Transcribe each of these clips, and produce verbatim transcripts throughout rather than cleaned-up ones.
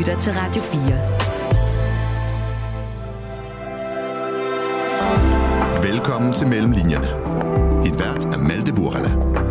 lytter til Radio fire. Velkommen til Mellemlinjerne. Din vært er Malte Burala.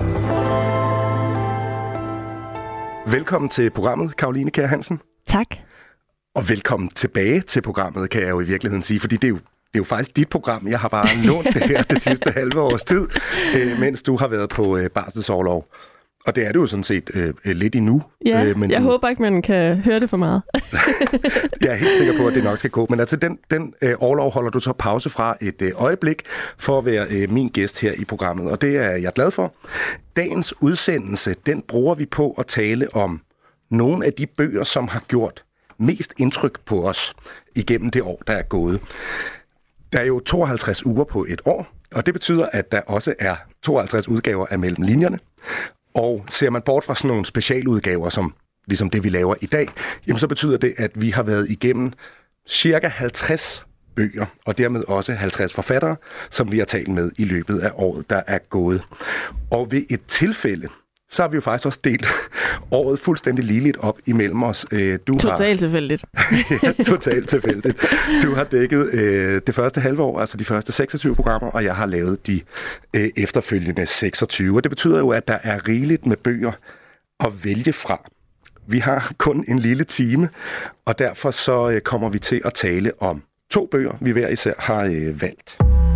Velkommen til programmet, Caroline Kjær Hansen. Tak. Og velkommen tilbage til programmet, kan jeg jo i virkeligheden sige, fordi det er jo, det er jo faktisk dit program. Jeg har bare lånt det her det sidste halve års tid, øh, mens du har været på øh, barselsorlov. Og det er det jo sådan set øh, lidt endnu. Ja, øh, men jeg du... håber ikke, man kan høre det for meget. Jeg er helt sikker på, at det nok skal gå. Men altså, den, den øh, orlov holder du så pause fra et øh, øjeblik for at være øh, min gæst her i programmet. Og det er jeg glad for. Dagens udsendelse, den bruger vi på at tale om nogle af de bøger, som har gjort mest indtryk på os igennem det år, der er gået. Der er jo tooghalvtreds uger på et år, og det betyder, at der også er tooghalvtreds udgaver af Mellemlinjerne. Og ser man bort fra sådan nogle specialudgaver, som ligesom det, vi laver i dag, jamen så betyder det, at vi har været igennem cirka halvtreds bøger, og dermed også halvtreds forfattere, som vi har talt med i løbet af året, der er gået. Og ved et tilfælde, så har vi jo faktisk også delt året fuldstændig ligeligt op imellem os. Du totalt tilfældigt. Ja, totalt tilfældigt. Du har dækket øh, det første halve år, altså de første seksogtyve programmer, og jeg har lavet de øh, efterfølgende seksogtyve. Og det betyder jo, at der er rigeligt med bøger at vælge fra. Vi har kun en lille time, og derfor så øh, kommer vi til at tale om to bøger, vi hver især har øh, valgt.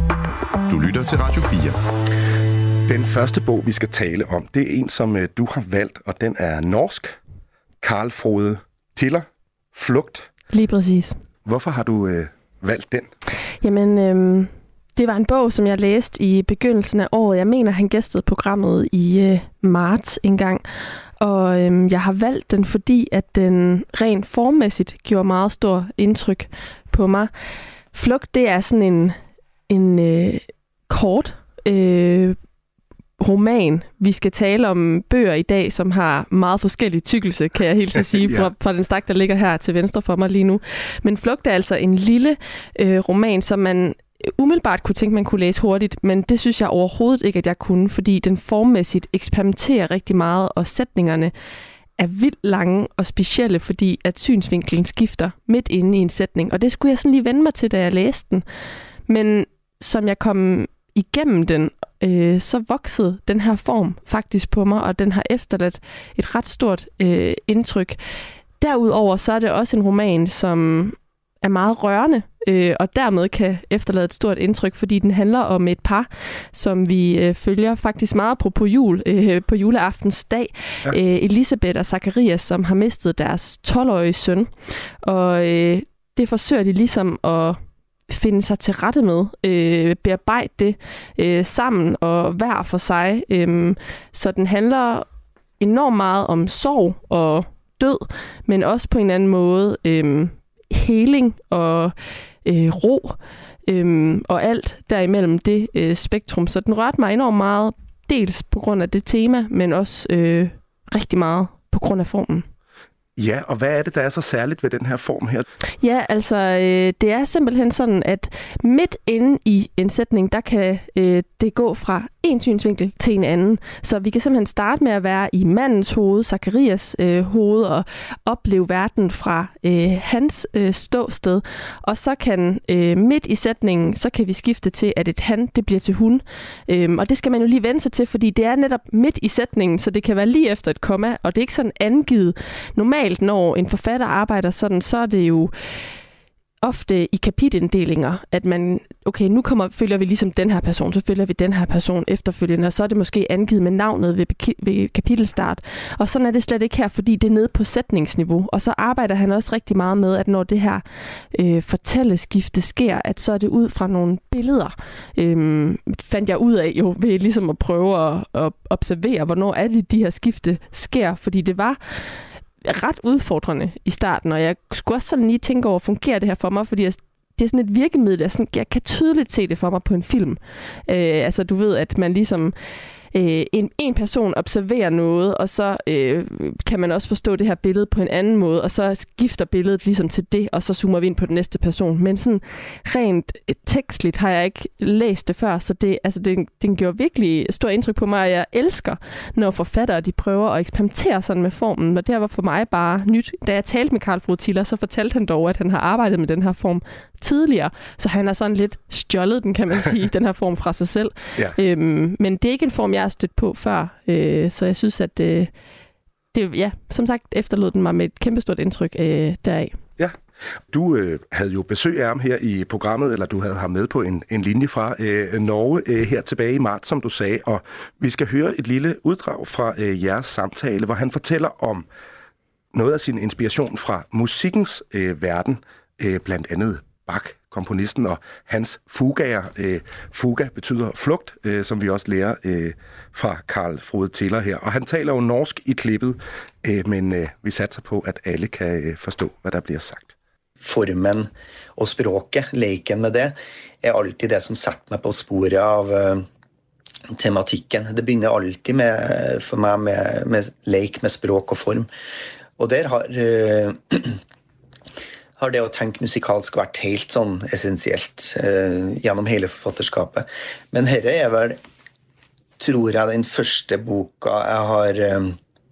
Du lytter til Radio fire. Den første bog, vi skal tale om, det er en, som øh, du har valgt, og den er norsk. Carl Frode Tiller, Flugt. Lige præcis. Hvorfor har du øh, valgt den? Jamen, øh, det var en bog, som jeg læste i begyndelsen af året. Jeg mener, han gæstede programmet i øh, marts engang. Og øh, jeg har valgt den, fordi at den rent formmæssigt gjorde meget stor indtryk på mig. Flugt, det er sådan en, en øh, kort øh, roman. Vi skal tale om bøger i dag, som har meget forskellig tykkelse, kan jeg helt at sige, ja. fra, fra den stak, der ligger her til venstre for mig lige nu. Men Flugt er altså en lille øh, roman, som man umiddelbart kunne tænke, man kunne læse hurtigt, men det synes jeg overhovedet ikke, at jeg kunne, fordi den formmæssigt eksperimenterer rigtig meget, og sætningerne er vildt lange og specielle, fordi at synsvinklen skifter midt inde i en sætning, og det skulle jeg sådan lige vende mig til, da jeg læste den. Men som jeg kom igennem den, øh, så voksede den her form faktisk på mig, og den har efterladt et ret stort øh, indtryk. Derudover så er det også en roman, som er meget rørende, øh, og dermed kan efterlade et stort indtryk, fordi den handler om et par, som vi øh, følger faktisk meget på, på jul, øh, på juleaftens dag. Ja. Øh, Elisabeth og Zacharias, som har mistet deres tolv-årige søn, og øh, det forsøger de ligesom at finde sig til rette med, øh, bearbejde det øh, sammen og hver for sig. Øh, så den handler enormt meget om sorg og død, men også på en anden måde øh, heling og øh, ro øh, og alt derimellem det øh, spektrum. Så den rørte mig enormt meget, dels på grund af det tema, men også øh, rigtig meget på grund af formen. Ja, og hvad er det, der er så særligt ved den her form her? Ja, altså, øh, det er simpelthen sådan, at midt inde i en sætning, der kan øh, det gå fra en synsvinkel til en anden. Så vi kan simpelthen starte med at være i mandens hoved, Zacharias øh, hoved, og opleve verden fra øh, hans øh, ståsted. Og så kan øh, midt i sætningen, så kan vi skifte til, at et han, det bliver til hun. Øhm, og det skal man jo lige vende sig til, fordi det er netop midt i sætningen, så det kan være lige efter et komma, og det er ikke sådan angivet. Normalt, når en forfatter arbejder sådan, så er det jo ofte i kapitelinddelinger, at man, okay, nu kommer, følger vi ligesom den her person, så følger vi den her person efterfølgende, og så er det måske angivet med navnet ved, ved kapitelstart. Og sådan er det slet ikke her, fordi det er nede på sætningsniveau. Og så arbejder han også rigtig meget med, at når det her øh, fortælleskifte sker, at så er det ud fra nogle billeder. Øhm, fandt jeg ud af jo ved ligesom at prøve at, at observere, hvornår er det, de her skifte sker, fordi det var ret udfordrende i starten, og jeg skulle også sådan lige tænke over, fungerer det her for mig, fordi jeg, det er sådan et virkemiddel, jeg, sådan, jeg kan tydeligt se det for mig på en film. Øh, altså du ved, at man ligesom øh, en, en person observerer noget, og så øh, kan man også forstå det her billede på en anden måde, og så skifter billedet ligesom til det, og så zoomer vi ind på den næste person. Men sådan rent tekstligt har jeg ikke læst det før, så det, altså det, det gjorde virkelig stor indtryk på mig, og jeg elsker, når forfattere de prøver at eksperimentere sådan med formen, og det var for mig bare nyt. Da jeg talte med Karl Frode Tiller, så fortalte han dog, at han har arbejdet med den her form tidligere, så han har sådan lidt stjålet den, kan man sige, den her form fra sig selv. Ja. Øhm, men det er ikke en form, jeg har stødt på før, øh, så jeg synes, at øh, det, ja, som sagt, efterlod den mig med et kæmpestort indtryk øh, deraf. Ja. Du øh, havde jo besøg af ham her i programmet, eller du havde ham med på en, en linje fra øh, Norge øh, her tilbage i marts, som du sagde, og vi skal høre et lille uddrag fra øh, jeres samtale, hvor han fortæller om noget af sin inspiration fra musikkens øh, verden, øh, blandt andet Bach, komponisten, og hans fugaer. Øh, fuga betyder flugt, øh, som vi også lærer øh, fra Karl Frode Tiller her. Og han taler jo norsk i klippet, øh, men øh, vi satser på, at alle kan øh, forstå, hvad der bliver sagt. Formen og språket, leken med det, er alltid det, som satte mig på sporet av uh, tematikken. Det begynder alltid med, for mig med, med lek med språk og form. Og der har... Uh, har det å tenke musikalsk vært helt sånn essensielt eh, gjennom hele forfatterskapet. Men herre er vel, tror jeg, den første boka jeg har eh,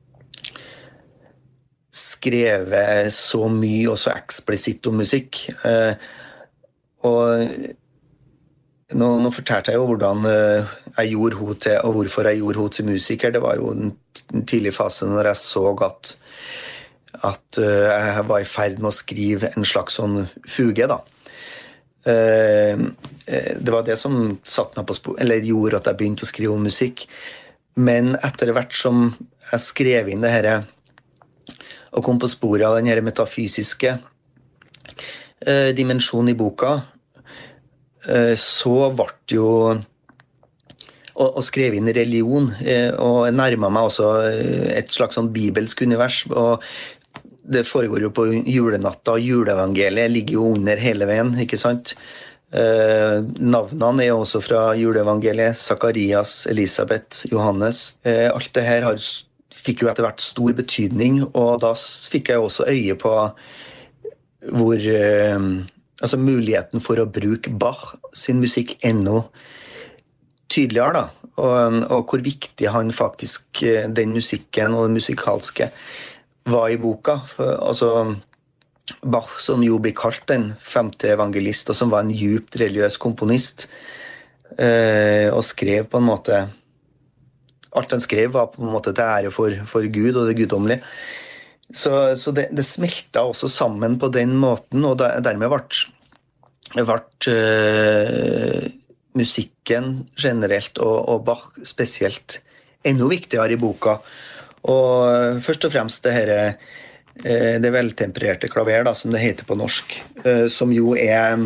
skrevet så mye og så eksplisitt om musikk. Eh, og nå, nå fortalte jeg jo hvordan eh, jeg gjorde henne til, og hvorfor jeg gjorde henne til musiker. Det var jo en, en tidlig fase når jeg så at at uh, jeg var i ferd med å skrive en slags sånn fuge, da. Uh, det var det som satt meg på spor, eller gjorde at jeg begynte å skrive om musikk. Men etter hvert som jeg skrev inn det her, og kom på sporet av den her metafysiske uh, dimensjonen i boka, uh, så ble det jo å, å skrive inn religion, uh, og nærmet meg også et slags sånn bibelsk univers, og det foregår jo på julenatta, og juleevangeliet ligger jo under hele veien, ikke sant? Eh, navnene er jo også fra juleevangeliet, Zakarias, Elisabeth, Johannes. Eh, alt det her har, fikk jo etter hvert stor betydning, og da fikk jeg også øye på hvor, eh, altså muligheten for å bruke Bach sin musikk enda tydeligere, da. Og, og hvor viktig han faktisk, den musikken og den musikalske, var i boka. For, altså, Bach, som jo blir kalt den femte evangelist, og som var en djupt religiøs komponist, eh, og skrev på en måte, alt han skrev var på en måte til ære for, for Gud og det guddommelige. Så, så det, det smelta også sammen på den måten, og der, dermed ble, ble eh, musikken generelt, og, og Bach spesielt, enda viktigere i boka. Og først og fremst det her, det veltempererte klaver, da, som det heter på norsk, som jo er,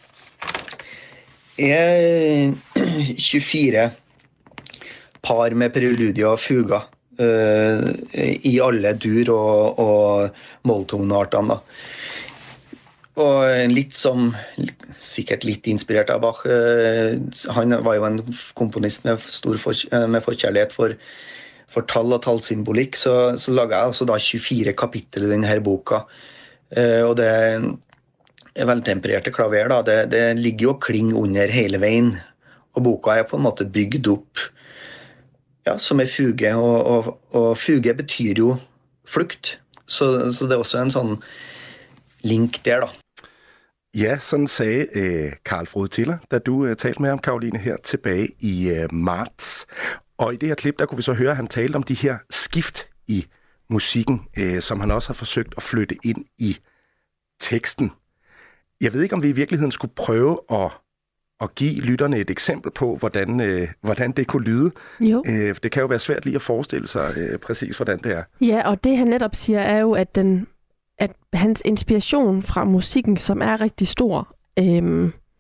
er tjuefire par med preludier og fuga i alle dur og, og molltoneartene, da. Og litt som, sikkert litt inspirert av Bach, han var jo en komponist med stor for, med forkjærlighet for for tall og tallsymbolikk, så, så laget jeg også da tjuefire kapitler i denne boka. Eh, og det veltempererte klaver, da, det, det ligger jo kling under hele veien. Og boka er på en måte bygd opp ja, som en fuge, og, og, og fuge betyr jo flukt. Så, så det er også en sånn link der, da. Ja, sådan sagde øh, Karl Frode Tiller, da du øh, talte med ham, Karoline, her tilbage i øh, marts. Og i det her klip, der kunne vi så høre, at han talte om de her skift i musikken, øh, som han også har forsøgt at flytte ind i teksten. Jeg ved ikke, om vi i virkeligheden skulle prøve at, at give lytterne et eksempel på, hvordan, øh, hvordan det kunne lyde. Jo. Øh, det kan jo være svært lige at forestille sig øh, præcis, hvordan det er. Ja, og det han netop siger, er jo, at, den, at hans inspiration fra musikken, som er rigtig stor, øh,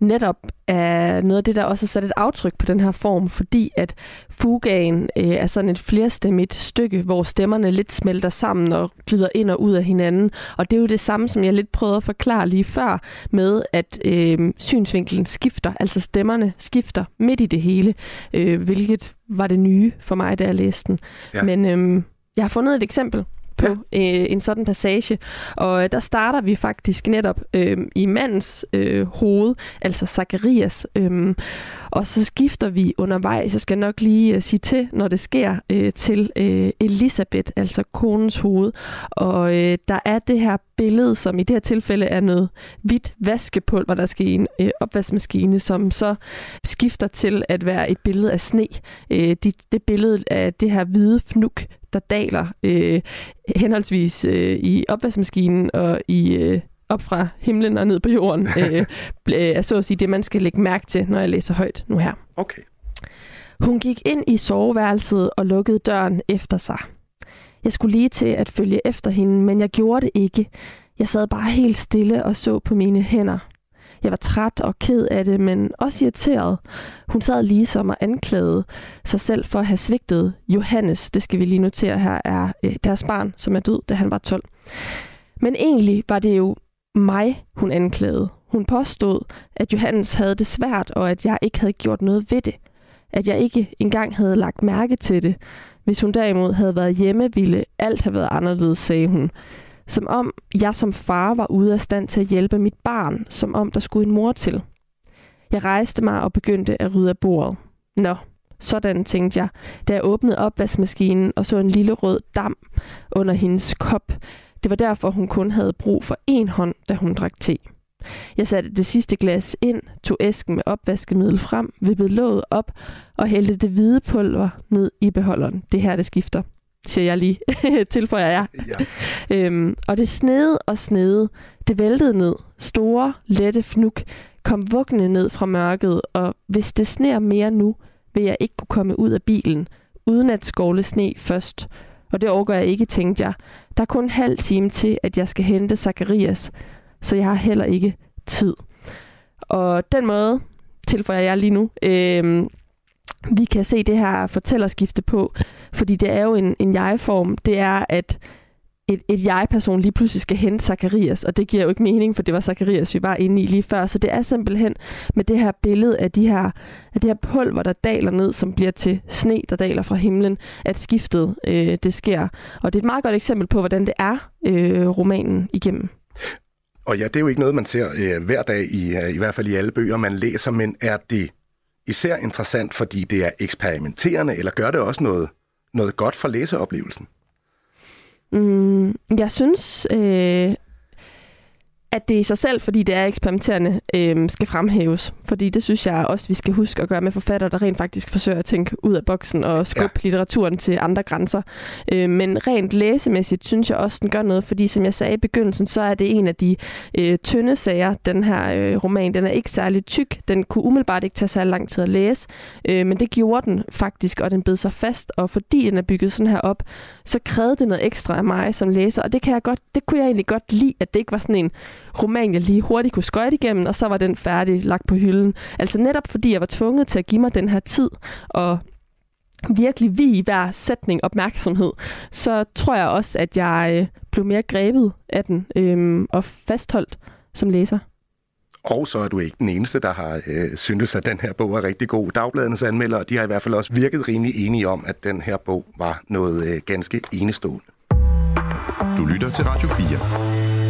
netop er noget af det, der også har sat et aftryk på den her form, fordi at fugaen øh, er sådan et flerstemmigt stykke, hvor stemmerne lidt smelter sammen og glider ind og ud af hinanden. Og det er jo det samme, som jeg lidt prøvede at forklare lige før, med at øh, synsvinklen skifter, altså stemmerne skifter midt i det hele, øh, hvilket var det nye for mig, da jeg læste den. Ja. Men øh, jeg har fundet et eksempel på ja. øh, en sådan passage, og der starter vi faktisk netop øh, i mandens øh, hoved, altså Zakarias, øh, og så skifter vi undervejs, jeg skal nok lige uh, sige til, når det sker, øh, til øh, Elisabeth, altså konens hoved, og øh, der er det her billede, som i det her tilfælde er noget hvidt vaskepulver, der skal i en øh, opvaskemaskine, som så skifter til at være et billede af sne. Øh, det, det billede af det her hvide fnuk, der daler øh, henholdsvis øh, i opvaskemaskinen og i øh, op fra himlen og ned på jorden, øh, er så at sige det, man skal lægge mærke til, når jeg læser højt nu her. Okay. Hun gik ind i soveværelset og lukkede døren efter sig. Jeg skulle lige til at følge efter hende, men jeg gjorde det ikke. Jeg sad bare helt stille og så på mine hænder. Jeg var træt og ked af det, men også irriteret. Hun sad ligesom og anklagede sig selv for at have svigtet Johannes. Det skal vi lige notere her, er øh, deres barn, som er død, da han var tolv. Men egentlig var det jo mig, hun anklagede. Hun påstod, at Johannes havde det svært, og at jeg ikke havde gjort noget ved det. At jeg ikke engang havde lagt mærke til det. Hvis hun derimod havde været hjemme, ville alt have været anderledes, sagde hun. Som om jeg som far var ude af stand til at hjælpe mit barn, som om der skulle en mor til. Jeg rejste mig og begyndte at rydde af bordet. Nå, sådan tænkte jeg, da jeg åbnede opvaskemaskinen og så en lille rød dam under hendes kop. Det var derfor, hun kun havde brug for én hånd, da hun drak te. Jeg satte det sidste glas ind, tog æsken med opvaskemiddel frem, vippede låget op og hældte det hvide pulver ned i beholderen. Det her, det skifter, siger jeg lige, tilføjer jeg. Ja. øhm, og det snede og snede, det væltede ned. Store, lette fnuk kom vuggende ned fra mørket, og hvis det sner mere nu, vil jeg ikke kunne komme ud af bilen, uden at skovle sne først. Og det overgår jeg ikke, tænkte jeg. Der er kun en halv time til, at jeg skal hente Zakarias, så jeg har heller ikke tid. Og den måde tilføjer jeg lige nu. Øh, vi kan se det her fortællerskifte på, fordi det er jo en, en jeg-form. Det er, at et, et jeg-person lige pludselig skal hente Zakarias, og det giver jo ikke mening, for det var Zakarias, vi var inde i lige før. Så det er simpelthen med det her billede af, de her, af det her pulver, der daler ned, som bliver til sne, der daler fra himlen, at skiftet øh, det sker. Og det er et meget godt eksempel på, hvordan det er øh, romanen igennem. Og ja, det er jo ikke noget, man ser øh, hver dag, i, øh, i hvert fald i alle bøger, man læser, men er det især interessant, fordi det er eksperimenterende, eller gør det også noget, noget godt for læseoplevelsen? Mm, jeg synes, øh, at det i sig selv, fordi det er eksperimenterende, øh, skal fremhæves. Fordi det synes jeg også, vi skal huske at gøre med forfattere, der rent faktisk forsøger at tænke ud af boksen og skubbe ja. litteraturen til andre grænser. Øh, men rent læsemæssigt synes jeg også, den gør noget, fordi som jeg sagde i begyndelsen, så er det en af de øh, tynde sager, den her øh, roman. Den er ikke særlig tyk. Den kunne umiddelbart ikke tage så lang tid at læse, øh, men det gjorde den faktisk, og den bed sig fast. Og fordi den er bygget sådan her op, så krævede det noget ekstra af mig som læser, og det kan jeg godt, det kunne jeg egentlig godt lide, at det ikke var sådan en roman, jeg lige hurtigt kunne skøjte igennem, og så var den færdig lagt på hylden. Altså netop fordi jeg var tvunget til at give mig den her tid, og virkelig vie hver sætning opmærksomhed, så tror jeg også, at jeg øh, blev mere grebet af den, øh, og fastholdt som læser. Og så er du ikke den eneste, der har øh, syntes, at den her bog er rigtig god. Dagbladenes anmeldere, de har i hvert fald også virket rimelig enige om, at den her bog var noget øh, ganske enestående. Du lytter til Radio fire.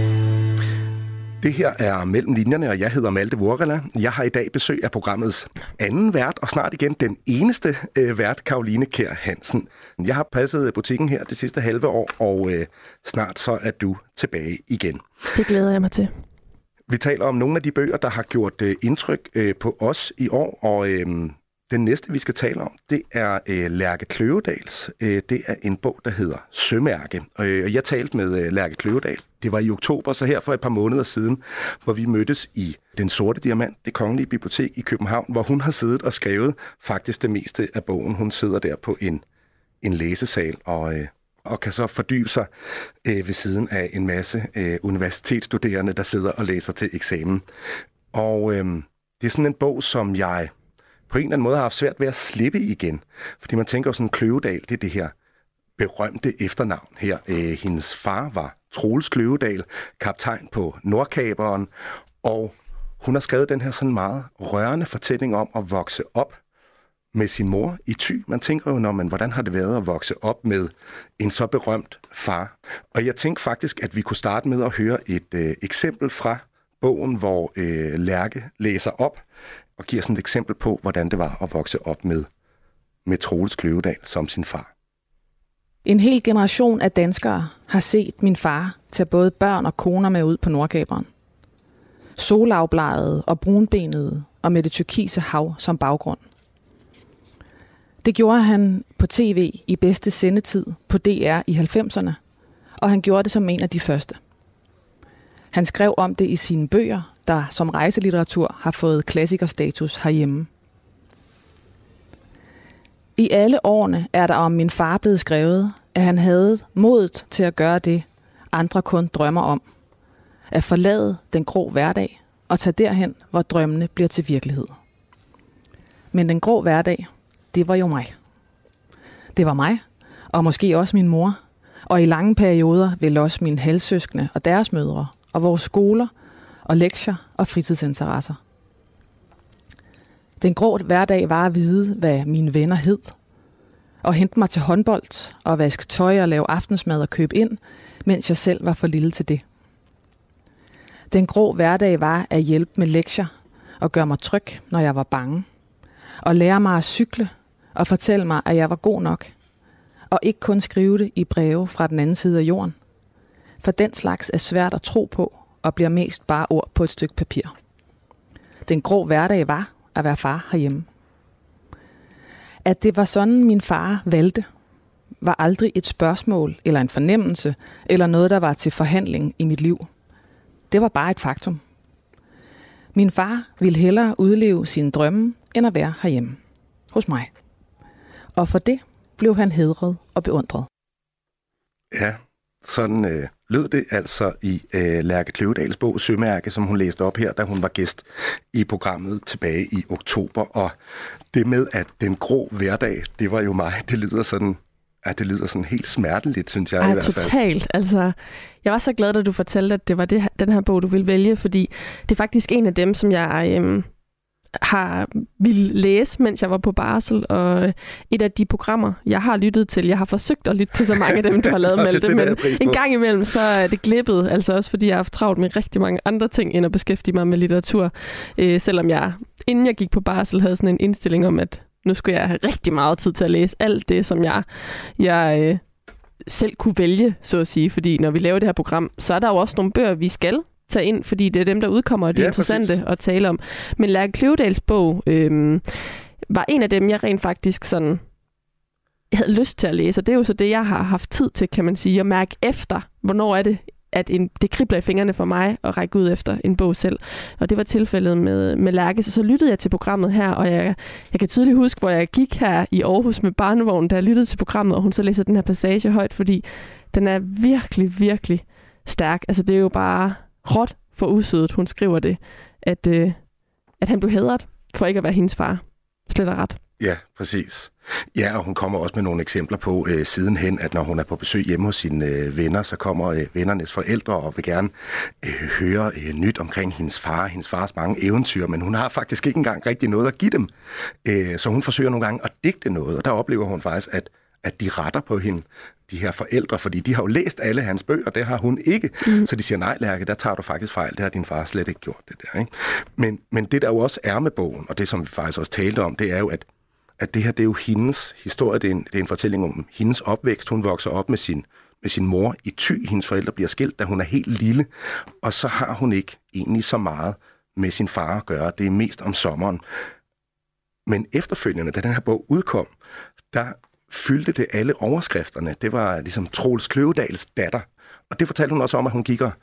Det her er Mellem Linjerne, og jeg hedder Malte Vorela. Jeg har i dag besøg af programmets anden vært, og snart igen den eneste øh, vært, Caroline Kjær Hansen. Jeg har passet butikken her det sidste halve år, og øh, snart så er du tilbage igen. Det glæder jeg mig til. Vi taler om nogle af de bøger, der har gjort øh, indtryk øh, på os i år, og øh, den næste, vi skal tale om, det er øh, Lærke Kløvedals. Øh, det er en bog, der hedder Sømærke. Og øh, jeg talte med øh, Lærke Kløvedal. Det var i oktober, så her for et par måneder siden, hvor vi mødtes i Den Sorte Diamant, Det Kongelige Bibliotek i København, hvor hun har siddet og skrevet faktisk det meste af bogen. Hun sidder der på en, en læsesal og, øh, og kan så fordybe sig øh, ved siden af en masse øh, universitetsstuderende, der sidder og læser til eksamen. Og øh, det er sådan en bog, som jeg på en eller anden måde har haft svært ved at slippe igen. Fordi man tænker jo sådan, Kløvedal, det er det her berømte efternavn her. Øh, hendes far var Troels Kløvedal, kaptajn på Nordkaperen, og hun har skrevet den her sådan meget rørende fortælling om at vokse op med sin mor i Thy. Man tænker jo, når man, hvordan har det været at vokse op med en så berømt far? Og jeg tænkte faktisk, at vi kunne starte med at høre et øh, eksempel fra bogen, hvor øh, Lærke læser op og giver sådan et eksempel på, hvordan det var at vokse op med, med Troels Kløvedal som sin far. En hel generation af danskere har set min far tage både børn og koner med ud på Nordkaperen. Solafbladede og brunbenede og med det tyrkise hav som baggrund. Det gjorde han på tv i bedste sendetid på D R i halvfemserne, og han gjorde det som en af de første. Han skrev om det i sine bøger, der som rejselitteratur har fået klassikerstatus herhjemme. I alle årene er der om min far blevet skrevet, at han havde modet til at gøre det, andre kun drømmer om. At forlade den grå hverdag og tage derhen, hvor drømmene bliver til virkelighed. Men den grå hverdag, det var jo mig. Det var mig, og måske også min mor, og i lange perioder vel også mine halvsøskende og deres mødre, og vores skoler og lektier og fritidsinteresser. Den grå hverdag var at vide, hvad mine venner hed, og hente mig til håndbold og vaske tøj og lave aftensmad og købe ind, mens jeg selv var for lille til det. Den grå hverdag var at hjælpe med lektier og gøre mig tryg, når jeg var bange, og lære mig at cykle og fortælle mig, at jeg var god nok, og ikke kun skrive det i breve fra den anden side af jorden, for den slags er svært at tro på og bliver mest bare ord på et stykke papir. Den grå hverdag var at være far herhjemme. At det var sådan, min far valgte, var aldrig et spørgsmål eller en fornemmelse eller noget, der var til forhandling i mit liv. Det var bare et faktum. Min far ville hellere udleve sine drømme, end at være herhjemme hos mig. Og for det blev han hædret og beundret. Ja, sådan øh, lød det altså i øh, Lærke Kløvedals bog Sømærke, som hun læste op her, da hun var gæst i programmet tilbage i oktober. Og det med, at den grå hverdag, det var jo mig, det lyder sådan, at det lyder sådan helt smerteligt, synes jeg. Ej, i hvert fald. Totalt. Altså, jeg var så glad, da du fortalte, at det var det, den her bog, du ville vælge, fordi det er faktisk en af dem, som jeg øhm, har ville læse, mens jeg var på barsel, og et af de programmer, jeg har lyttet til, jeg har forsøgt at lytte til så mange af dem, du har lavet, Malte, men en gang imellem, så er det glippet, altså også fordi jeg har haft travlt med rigtig mange andre ting, end at beskæftige mig med litteratur, øh, selvom jeg, inden jeg gik på barsel, havde sådan en indstilling om, at nu skulle jeg have rigtig meget tid til at læse alt det, som jeg, jeg øh, selv kunne vælge, så at sige, fordi når vi laver det her program, så er der jo også nogle bøger, vi skal tage ind, fordi det er dem, der udkommer, og det er ja, interessante præcis. At tale om. Men Lærke Kløvedals bog øh, var en af dem, jeg rent faktisk sådan havde lyst til at læse, og det er jo så det, jeg har haft tid til, kan man sige, at mærke efter, hvornår er det, at en, det kribler i fingrene for mig at række ud efter en bog selv. Og det var tilfældet med, med Lærke. Så så lyttede jeg til programmet her, og jeg, jeg kan tydeligt huske, hvor jeg gik her i Aarhus med barnevognen, da jeg lyttede til programmet, og hun så læser den her passage højt, fordi den er virkelig, virkelig stærk. Altså det er jo bare råt for usødet, hun skriver det, at, øh, at han blev hædret for ikke at være hendes far. Slet og ret. Ja, præcis. Ja, og hun kommer også med nogle eksempler på øh, sidenhen, at når hun er på besøg hjemme hos sine øh, venner, så kommer øh, vennernes forældre og vil gerne øh, høre øh, nyt omkring hendes far, hendes fars mange eventyr, men hun har faktisk ikke engang rigtig noget at give dem. Øh, så hun forsøger nogle gange at digte noget, og der oplever hun faktisk, at at de retter på hende, de her forældre, fordi de har jo læst alle hans bøger, det har hun ikke. Mm. Så de siger, nej Lærke, der tager du faktisk fejl, det har din far slet ikke gjort det der. Ikke? Men, men det der jo også er med bogen, og det som vi faktisk også talte om, det er jo, at, at det her, det er jo hendes historie, det er, en, det er en fortælling om hendes opvækst. Hun vokser op med sin, med sin mor i Thy, hendes forældre bliver skilt, da hun er helt lille, og så har hun ikke egentlig så meget med sin far at gøre, det er mest om sommeren. Men efterfølgende, da den her bog udkom, der fyldte det alle overskrifterne. Det var ligesom Troels Kløvedals datter. Og det fortalte hun også om, at hun gik og,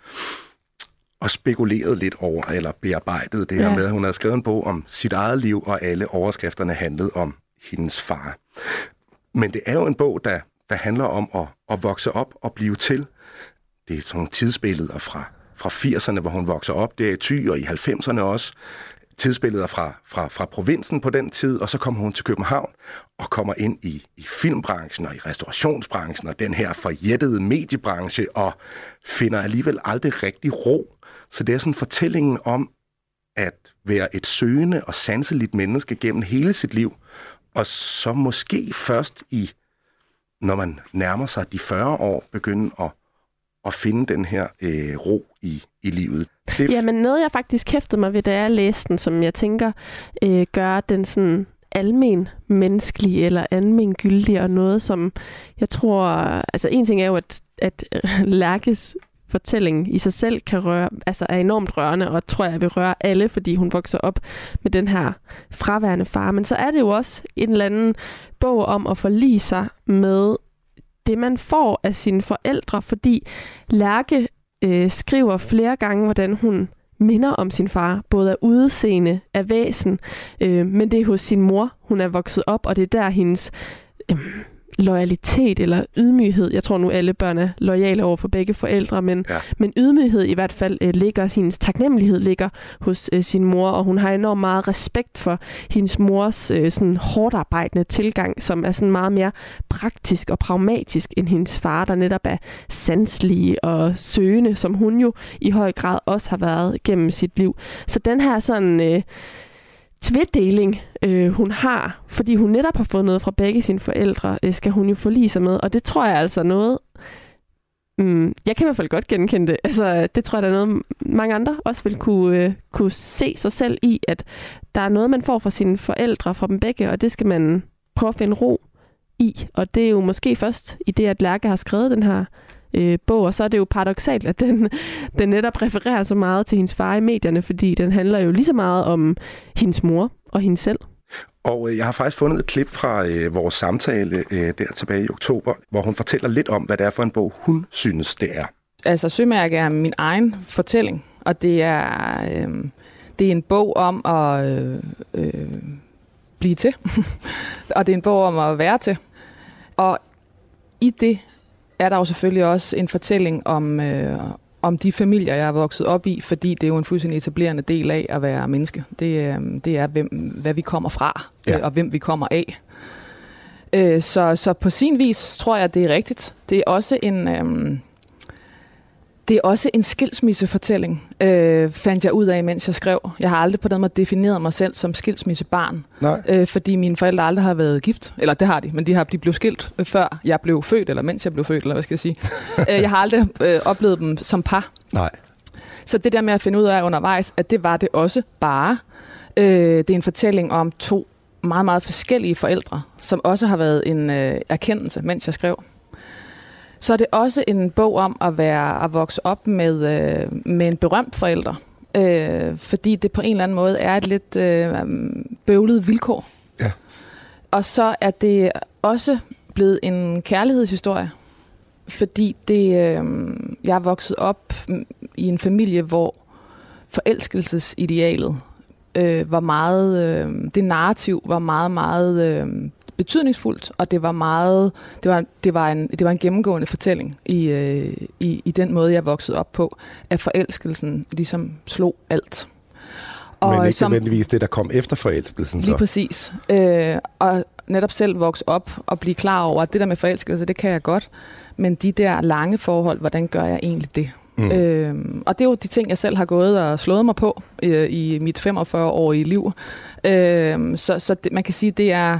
og spekulerede lidt over, eller bearbejdede det ja. her med, at hun havde skrevet en bog om sit eget liv, og alle overskrifterne handlede om hendes far. Men det er jo en bog, der, der handler om at, at vokse op og blive til. Det er sådan nogle tidsbilleder fra, fra firserne, hvor hun vokser op. Det er i Thy, og i halvfemserne også. tidsbilleder fra, fra, fra provinsen på den tid, og så kommer hun til København og kommer ind i, i filmbranchen og i restaurationsbranchen og den her forjættede mediebranche og finder alligevel aldrig rigtig ro. Så det er sådan fortællingen om at være et søgende og sanseligt menneske gennem hele sit liv, og så måske først i, når man nærmer sig de fyrre år, begynde at, at finde den her øh, ro i, i livet. Det... Jamen noget, jeg faktisk hæftede mig ved, da jeg læste den, som jeg tænker øh, gør den sådan almen menneskelig eller almen gyldig, og noget, som jeg tror... Altså en ting er jo, at, at Lærkes fortælling i sig selv kan røre, altså er enormt rørende, og tror jeg vil røre alle, fordi hun vokser op med den her fraværende far. Men så er det jo også en eller anden bog om at forlige sig med det, man får af sine forældre, fordi Lærke øh, skriver flere gange, hvordan hun minder om sin far, både af udseende, af væsen, øh, men det er hos sin mor, hun er vokset op, og det er der hendes øh, loyalitet eller ydmyghed, jeg tror nu alle børn er loyale over for begge forældre, men, ja. men ydmyghed i hvert fald øh, ligger, hendes taknemmelighed ligger hos øh, sin mor, og hun har enormt meget respekt for hendes mors øh, sådan hårdt arbejdende tilgang, som er sådan meget mere praktisk og pragmatisk end hendes far, der netop er sanselig og søgende, som hun jo i høj grad også har været gennem sit liv. Så den her sådan øh, tvedeling, øh, hun har, fordi hun netop har fået noget fra begge sine forældre, øh, skal hun jo forlige sig med. Og det tror jeg altså noget, mm, jeg kan i hvert fald godt genkende det. Altså, det tror jeg, der er noget, mange andre også vil kunne, øh, kunne se sig selv i, at der er noget, man får fra sine forældre, fra dem begge, og det skal man prøve at finde ro i. Og det er jo måske først i det, at Lærke har skrevet den her øh, bog, og så er det jo paradoksalt, at den, den netop refererer så meget til hendes far i medierne, fordi den handler jo lige så meget om hendes mor og hende selv. Og øh, jeg har faktisk fundet et klip fra øh, vores samtale øh, der tilbage i oktober, hvor hun fortæller lidt om, hvad det er for en bog, hun synes, det er. Altså, Sømærke er min egen fortælling, og det er, øh, det er en bog om at øh, øh, blive til, og det er en bog om at være til. Og i det er der jo selvfølgelig også en fortælling om, øh, om de familier, jeg er vokset op i, fordi det er jo en fuldstændig etablerende del af at være menneske. Det, øh, det er, hvem, hvad vi kommer fra, ja. øh, og hvem vi kommer af. Øh, så, så på sin vis tror jeg, det er rigtigt. Det er også en... Øh, Det er også en skilsmissefortælling, øh, fandt jeg ud af, mens jeg skrev. Jeg har aldrig på den måde defineret mig selv som skilsmissebarn, øh, fordi mine forældre aldrig har været gift. Eller det har de, men de har de blev skilt, øh, før jeg blev født, eller mens jeg blev født, eller hvad skal jeg sige. øh, jeg har aldrig øh, oplevet dem som par. Nej. Så det der med at finde ud af undervejs, at det var det også bare. Øh, det er en fortælling om to meget, meget forskellige forældre, som også har været en øh, erkendelse, mens jeg skrev. Så er det også en bog om at være at vokse op med, øh, med en berømt forælder, øh, fordi det på en eller anden måde er et lidt øh, bøvlet vilkår. Ja. Og så er det også blevet en kærlighedshistorie, fordi det, øh, jeg er vokset op i en familie, hvor forelskelsesidealet øh, var meget, øh, det narrativ var meget, meget øh, betydningsfuldt, og det var meget, det var, det var en, det var en gennemgående fortælling i, øh, i, i den måde, jeg voksede op på, at forelskelsen ligesom slog alt. Og men ikke som, nødvendigvis det, der kom efter forelskelsen. Så. Lige præcis. Øh, og netop selv vokse op og blive klar over, at det der med forelskelse, det kan jeg godt, men de der lange forhold, hvordan gør jeg egentlig det? Mm. Øh, og det er jo de ting, jeg selv har gået og slået mig på øh, i mit femogfyrre-årige liv. Øh, så så det, man kan sige, det er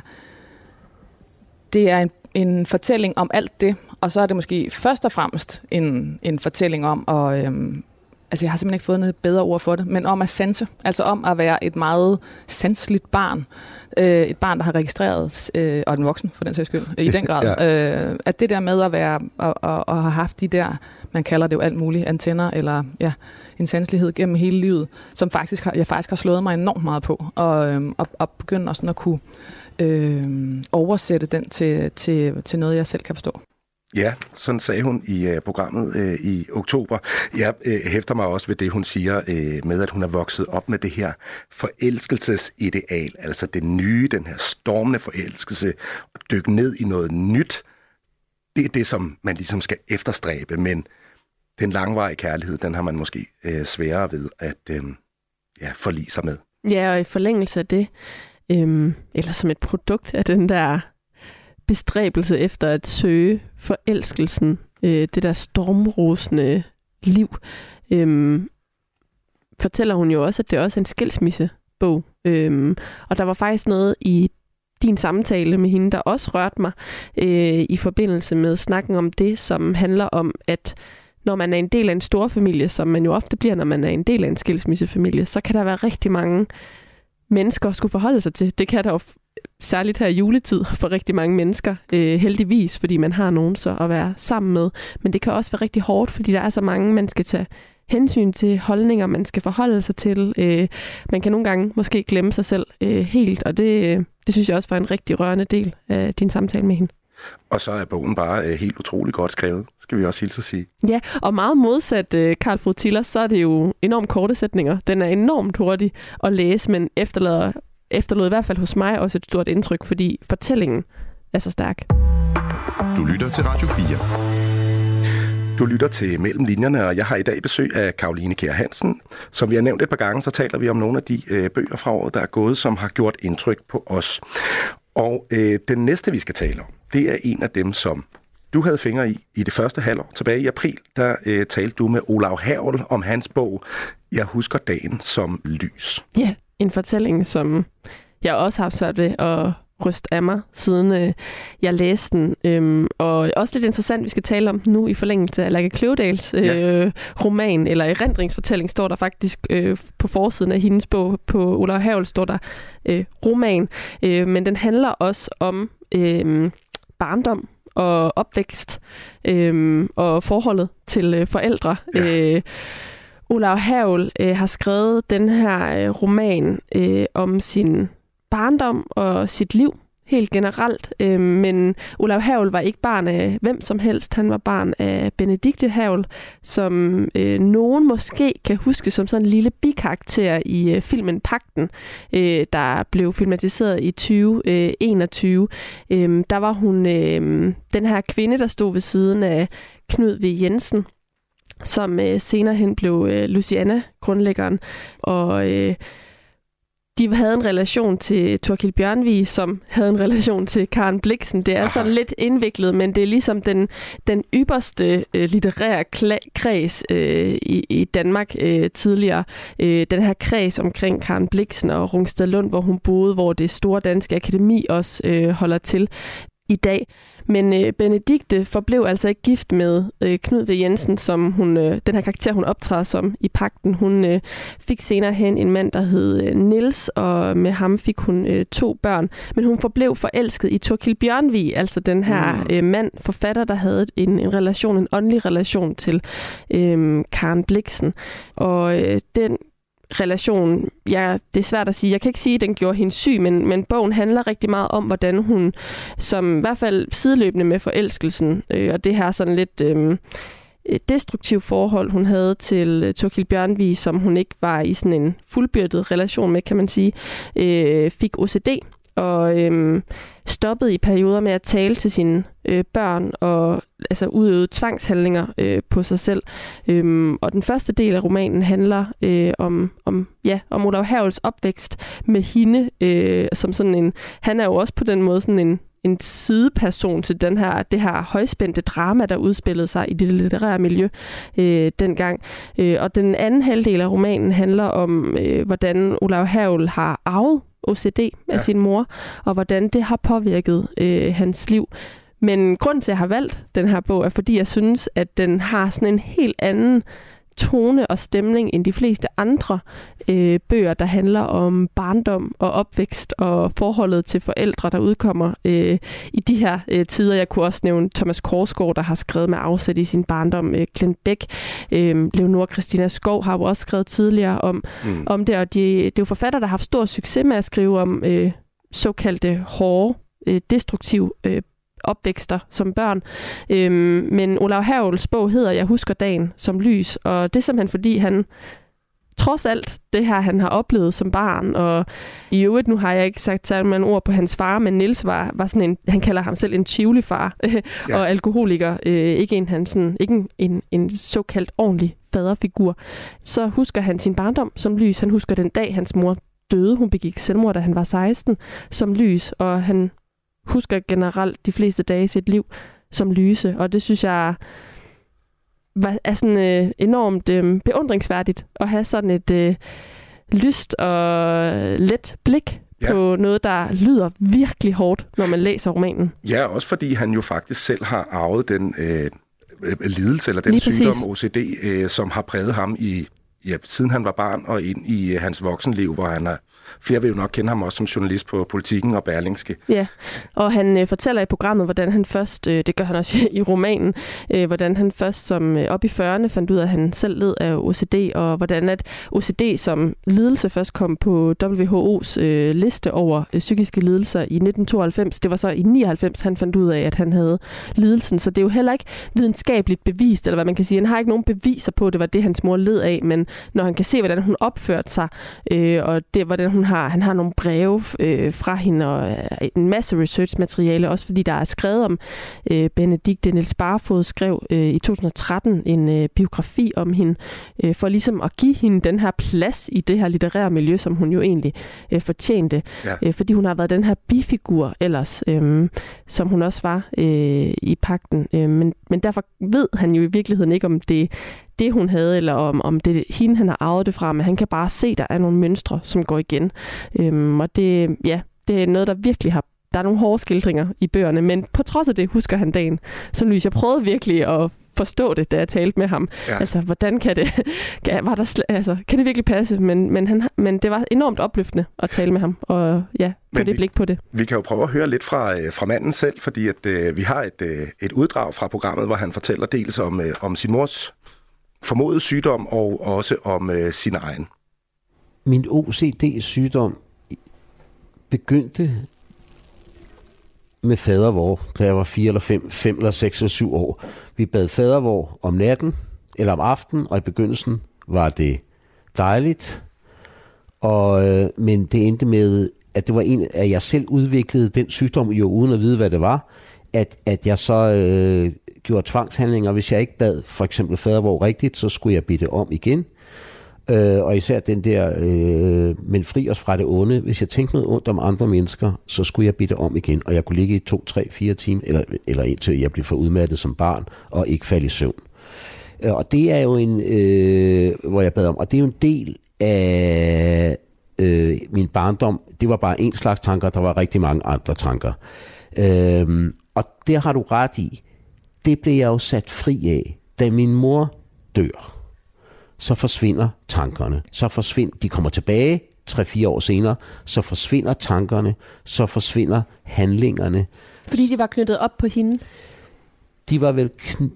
Det er en, en fortælling om alt det, og så er det måske først og fremmest en, en fortælling om, og øhm, altså jeg har simpelthen ikke fået noget bedre ord for det, men om at sanse, altså om at være et meget sanseligt barn, øh, et barn, der har registreret, øh, og en voksen for den sags skyld, i den grad, ja. øh, at det der med at være, og, og, og have haft de der, man kalder det jo alt muligt, antenner, eller ja, en sanselighed gennem hele livet, som faktisk har, jeg faktisk har slået mig enormt meget på, og, øhm, og, og begynde også at kunne Øh, oversætte den til, til, til noget, jeg selv kan forstå. Ja, sådan sagde hun i uh, programmet uh, i oktober. Jeg uh, hæfter mig også ved det, hun siger uh, med, at hun er vokset op med det her forelskelsesideal, altså det nye, den her stormende forelskelse, og dykke ned i noget nyt. Det er det, som man ligesom skal efterstræbe, men den langvarige kærlighed, den har man måske uh, sværere ved at uh, ja, forlige sig med. Ja, og i forlængelse af det, øhm, eller som et produkt af den der bestræbelse efter at søge forelskelsen, øh, det der stormrosende liv, øhm, fortæller hun jo også, at det også er en skilsmissebog. Øhm, og der var faktisk noget i din samtale med hende, der også rørte mig øh, i forbindelse med snakken om det, som handler om, at når man er en del af en stor familie, som man jo ofte bliver, når man er en del af en skilsmissefamilie, så kan der være rigtig mange mennesker at skulle forholde sig til. Det kan der jo særligt her i juletid for rigtig mange mennesker, øh, heldigvis, fordi man har nogen så at være sammen med. Men det kan også være rigtig hårdt, fordi der er så mange, man skal tage hensyn til, holdninger, man skal forholde sig til. Øh, man kan nogle gange måske glemme sig selv øh, helt, og det, øh, det synes jeg også var en rigtig rørende del af din samtale med hende. Og så er bogen bare øh, helt utrolig godt skrevet, skal vi også hilse at sige. Ja, og meget modsat øh, Karl Frutillas, så er det jo enormt korte sætninger. Den er enormt hurtig at læse, men efterlader, efterlod i hvert fald hos mig også et stort indtryk, fordi fortællingen er så stærk. Du lytter til Radio fire. Du lytter til Mellem Linjerne, og jeg har i dag besøg af Caroline Kjær Hansen. Som vi har nævnt et par gange, så taler vi om nogle af de øh, bøger fra året, der er gået, som har gjort indtryk på os. Og øh, den næste, vi skal tale om, det er en af dem, som du havde fingre i i det første halvår. Tilbage i april, der øh, talte du med Olav Hergel om hans bog Jeg husker dagen som lys. Ja, en fortælling, som jeg også har haft svært ved at ryste af mig, siden øh, jeg læste den. Øhm, og også lidt interessant, vi skal tale om den nu i forlængelse af Lærke Kløvedals øh, ja. roman, eller erindringsfortælling, står der faktisk øh, på forsiden af hendes bog. På Olav Hergel står der øh, roman. Øh, men den handler også om øh, barndom og opvækst øh, og forholdet til øh, forældre. Ja. Øh, Olav Hergel øh, har skrevet den her øh, roman øh, om sin barndom og sit liv helt generelt, øh, men Olav Hergel var ikke barn af hvem som helst. Han var barn af Benedikte Hergel, som øh, nogen måske kan huske som sådan en lille bikarakter i øh, filmen Pagten, øh, der blev filmatiseret i tyve enogtyve. Øh, der var hun øh, den her kvinde, der stod ved siden af Knud V. Jensen, som øh, senere hen blev øh, Luciana-grundlæggeren, og øh, de havde en relation til Thorkild Bjørnvig, som havde en relation til Karen Blixen. Det er Aha. sådan lidt indviklet, men det er ligesom den, den ypperste øh, litterære kla- kreds øh, i, i Danmark øh, tidligere. Øh, den her kreds omkring Karen Blixen og Rungstedlund, hvor hun boede, hvor det store danske akademi også øh, holder til i dag. Men øh, Benedikte forblev altså ikke gift med øh, Knud V. Jensen, som hun, øh, den her karakter, hun optræder som i Pagten. Hun øh, fik senere hen en mand, der hed øh, Niels, og med ham fik hun øh, to børn. Men hun forblev forelsket i Thorkild Bjørnvig, altså den her øh, mand, forfatter, der havde en, en relation, en åndelig relation til øh, Karen Blixen. Og øh, den relation, ja, det er svært at sige. Jeg kan ikke sige, at den gjorde hende syg, men, men bogen handler rigtig meget om, hvordan hun, som i hvert fald sideløbende med forelskelsen, øh, og det her sådan lidt øh, destruktiv forhold, hun havde til øh, Thorkild Bjørnvig, som hun ikke var i sådan en fuldbyrdet relation med, kan man sige, øh, fik O C D, og øh, stoppede i perioder med at tale til sine øh, børn og altså udøvede tvangshandlinger øh, på sig selv. Øhm, og den første del af romanen handler øh, om, om, ja, om Olav Hergels opvækst med hende, øh, som sådan en, han er jo også på den måde sådan en, en sideperson til den her, det her højspændte drama, der udspillede sig i det litterære miljø øh, dengang. Øh, og den anden halvdel af romanen handler om, øh, hvordan Olav Hergel har arvet O C D af ja. sin mor, og hvordan det har påvirket øh, hans liv. Men grunden til, at jeg har valgt den her bog, er, fordi jeg synes, at den har sådan en helt anden tone og stemning end de fleste andre øh, bøger, der handler om barndom og opvækst og forholdet til forældre, der udkommer øh, i de her øh, tider. Jeg kunne også nævne Thomas Korsgaard, der har skrevet med afsæt i sin barndom. Øh, Glenn Beck, øh, Leonora Christina Skov har jo også skrevet tidligere om, mm. om det, og de, det er jo forfattere, der har haft stor succes med at skrive om øh, såkaldte hårde, øh, destruktive øh, opvækster som børn. Øhm, men Olav Hergels bog hedder Jeg husker dagen som lys, og det er simpelthen fordi han trods alt det her, han har oplevet som barn, og i øvrigt, nu har jeg ikke sagt særlig mange ord på hans far, men Niels var, var sådan en, han kalder ham selv en Tivoli-far, ja. og alkoholiker, øh, ikke, en, han sådan, ikke en, en, en såkaldt ordentlig faderfigur. Så husker han sin barndom som lys, han husker den dag, hans mor døde. Hun begik selvmord, da han var seksten, som lys, og han husker generelt de fleste dage i sit liv som lyse, og det synes jeg er sådan øh, enormt øh, beundringsværdigt at have sådan et øh, lyst og let blik ja. på noget, der lyder virkelig hårdt, når man læser romanen. Ja, også fordi han jo faktisk selv har arvet den øh, lidelse, eller den Lige sygdom, præcis. O C D, øh, som har præget ham i, ja, siden han var barn og ind i øh, hans voksenliv, hvor han har flere vil jo nok kende ham også som journalist på Politikken og Berlingske. Ja, og han øh, fortæller i programmet, hvordan han først, øh, det gør han også i romanen, øh, hvordan han først som øh, op i fyrrerne fandt ud af, at han selv led af O C D, og hvordan at O C D som lidelse først kom på W H O's øh, liste over øh, psykiske lidelser i nitten tooghalvfems. Det var så i nioghalvfems, han fandt ud af, at han havde lidelsen, så det er jo heller ikke videnskabeligt bevist, eller hvad man kan sige. Han har ikke nogen beviser på, at det var det, hans mor led af, men når han kan se, hvordan hun opførte sig, øh, og det, hvordan hun har, han har nogle breve øh, fra hende og øh, en masse researchmateriale, også fordi der er skrevet om øh, Benedikte. Niels Barfod skrev øh, i to tusind og tretten en øh, biografi om hende, øh, for ligesom at give hende den her plads i det her litterære miljø, som hun jo egentlig øh, fortjente. Ja. Øh, fordi hun har været den her bifigur ellers, øh, som hun også var øh, i pagten. Øh, men, men derfor ved han jo i virkeligheden ikke, om det det, hun havde, eller om, om det er hende, han har arvet det fra, men han kan bare se, der er nogle mønstre, som går igen. Øhm, og det, ja, det er noget, der virkelig har... Der er nogle hårde skildringer i bøgerne, men på trods af det husker han dagen som lys. Jeg prøvede virkelig at forstå det, da jeg talte med ham. Ja. Altså, hvordan kan det... Kan, var der sl- altså, kan det virkelig passe? Men, men, han, men det var enormt opløftende at tale med ham, og ja, få det vi, blik på det. Vi kan jo prøve at høre lidt fra, fra manden selv, fordi at, øh, vi har et, øh, et uddrag fra programmet, hvor han fortæller dels om, øh, om sin mors formodet sygdom, og også om øh, sin egen. Min O C D-sygdom begyndte med fadervor, da jeg var fire eller fem, fem eller seks eller syv år. Vi bad fadervor om natten, eller om aftenen, og i begyndelsen var det dejligt. Og, øh, men det endte med, at det var en, at jeg selv udviklede den sygdom, jo uden at vide, hvad det var, at, at jeg så øh, gjorde tvangshandlinger. Hvis jeg ikke bad for eksempel fadervor rigtigt, så skulle jeg bede det om igen. Øh, og især den der, øh, men fri os fra det onde. Hvis jeg tænkte noget ondt om andre mennesker, så skulle jeg bede det om igen. Og jeg kunne ligge i to, tre, fire timer, eller, eller indtil jeg blev for udmattet som barn, og ikke falde i søvn. Øh, og det er jo en, øh, hvor jeg bad om, og det er jo en del af øh, min barndom. Det var bare en slags tanker, der var rigtig mange andre tanker. Øh, og det har du ret i. Det blev jeg jo sat fri af, da min mor dør. Så forsvinder tankerne. Så forsvinder, de kommer tilbage tre-fire år senere, så forsvinder tankerne, så forsvinder handlingerne. Fordi de var knyttet op på hende? De var vel... Kn-